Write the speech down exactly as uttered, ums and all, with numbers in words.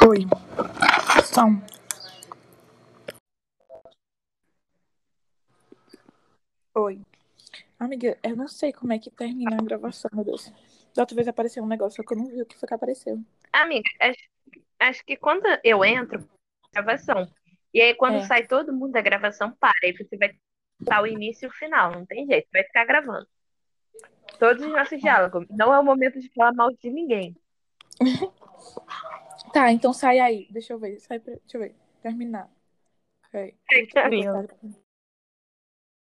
Oi. Som. Oi. Amiga, eu não sei como é que termina a gravação, meu Deus. Da outra vez apareceu um negócio, só que eu não vi o que foi que apareceu. Amiga, acho, acho que quando eu entro, gravação. E aí, quando É. sai todo mundo da gravação, para. Aí você vai estar o início e o final. Não tem jeito. Vai ficar gravando. Todos os nossos diálogos. Não é o momento de falar mal de ninguém. Tá, então sai aí. Deixa eu ver. Sai pra... Deixa eu ver. Terminar. Peraí. Vou, vou Carinho. botar.